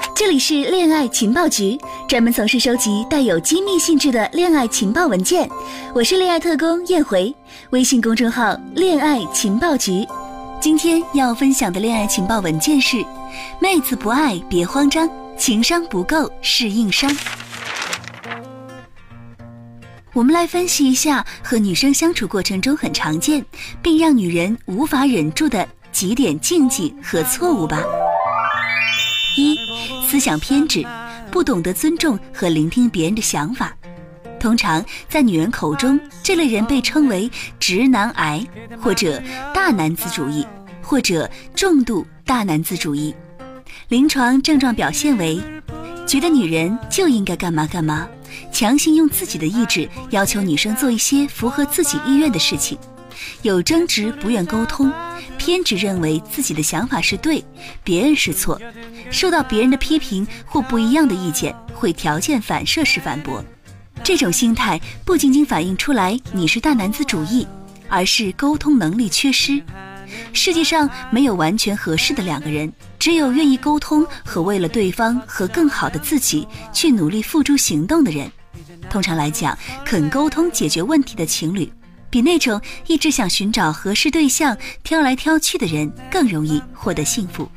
这里是恋爱情报局，专门从事收集带有机密性质的恋爱情报文件。我是恋爱特工燕回，微信公众号恋爱情报局。今天要分享的恋爱情报文件是：妹子不爱别慌张，情商不够是硬伤。我们来分析一下和女生相处过程中很常见并让女人无法忍住的几点禁忌和错误吧。一、思想偏执，不懂得尊重和聆听别人的想法。通常在女人口中，这类人被称为直男癌，或者大男子主义，或者重度大男子主义。临床症状表现为：觉得女人就应该干嘛干嘛，强行用自己的意志要求女生做一些符合自己意愿的事情，有争执不愿沟通，偏执认为自己的想法是对，别人是错，受到别人的批评或不一样的意见会条件反射式反驳。这种心态不仅仅反映出来你是大男子主义，而是沟通能力缺失。世界上没有完全合适的两个人，只有愿意沟通和为了对方和更好的自己去努力付诸行动的人。通常来讲，肯沟通解决问题的情侣，比那种一直想寻找合适对象挑来挑去的人更容易获得幸福。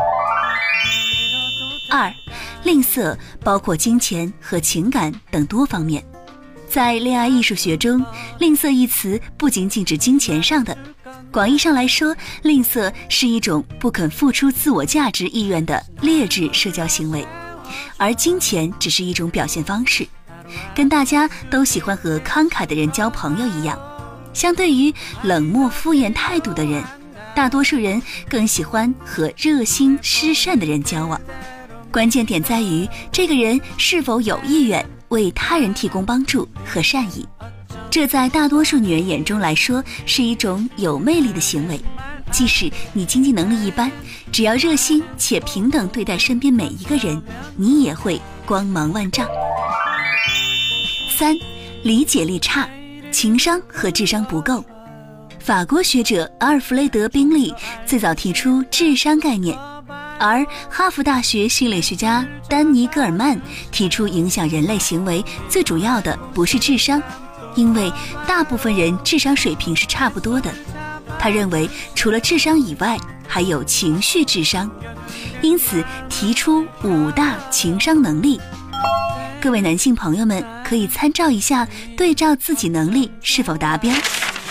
二、吝啬包括金钱和情感等多方面。在恋爱艺术学中，吝啬一词不仅仅指金钱上的，广义上来说，吝啬是一种不肯付出自我价值意愿的劣质社交行为，而金钱只是一种表现方式。跟大家都喜欢和慷慨的人交朋友一样，相对于冷漠敷衍态度的人，大多数人更喜欢和热心施善的人交往。关键点在于这个人是否有意愿为他人提供帮助和善意，这在大多数女人眼中来说是一种有魅力的行为。即使你经济能力一般，只要热心且平等对待身边每一个人，你也会光芒万丈。三、理解力差，情商和智商不够。法国学者阿尔弗雷德·宾利最早提出智商概念，而哈佛大学心理学家丹尼·戈尔曼提出影响人类行为最主要的不是智商，因为大部分人智商水平是差不多的。他认为除了智商以外，还有情绪智商，因此提出5大情商能力。各位男性朋友们可以参照一下，对照自己能力是否达标。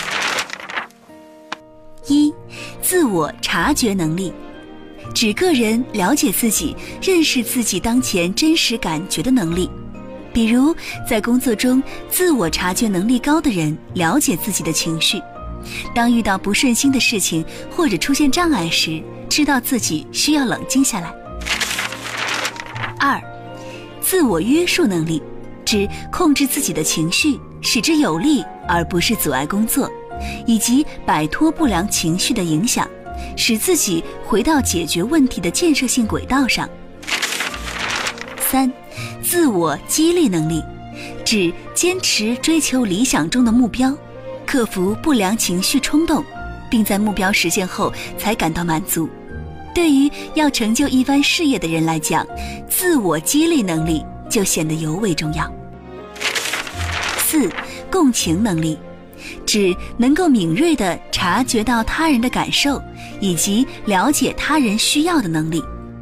一、自我察觉能力，指个人了解自己、认识自己当前真实感觉的能力。比如在工作中，自我察觉能力高的人了解自己的情绪，当遇到不顺心的事情或者出现障碍时，知道自己需要冷静下来。二、自我约束能力，指控制自己的情绪，使之有利而不是阻碍工作，以及摆脱不良情绪的影响，使自己回到解决问题的建设性轨道上。三、自我激励能力，指坚持追求理想中的目标，克服不良情绪冲动，并在目标实现后才感到满足。对于要成就一番事业的人来讲，自我激励能力就显得尤为重要。四、共情能力，指能够敏锐地察觉到他人的感受以及了解他人需要的能力。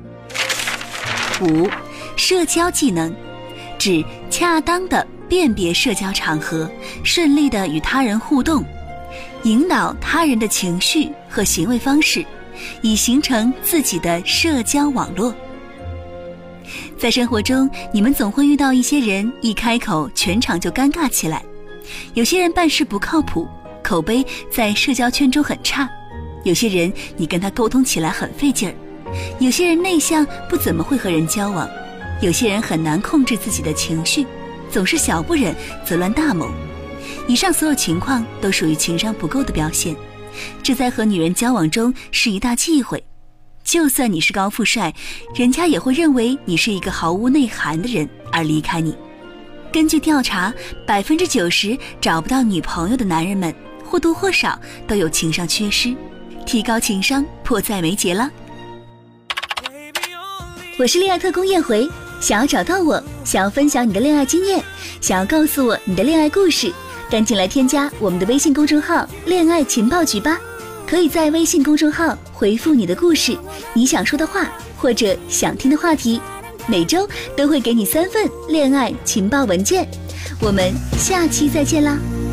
五、社交技能，指恰当地辨别社交场合，顺利地与他人互动，引导他人的情绪和行为方式，以形成自己的社交网络。在生活中，你们总会遇到一些人一开口全场就尴尬起来，有些人办事不靠谱，口碑在社交圈中很差，有些人你跟他沟通起来很费劲儿，有些人内向不怎么会和人交往，有些人很难控制自己的情绪，总是小不忍则乱大谋。以上所有情况都属于情商不够的表现，这在和女人交往中是一大忌讳。就算你是高富帅，人家也会认为你是一个毫无内涵的人而离开你。根据调查，90%找不到女朋友的男人们或多或少都有情商缺失，提高情商迫在眉睫了。 我是恋爱特工燕回。想要找到我，想要分享你的恋爱经验，想要告诉我你的恋爱故事，赶紧来添加我们的微信公众号恋爱情报局吧。可以在微信公众号回复你的故事，你想说的话或者想听的话题，每周都会给你3份恋爱情报文件。我们下期再见啦。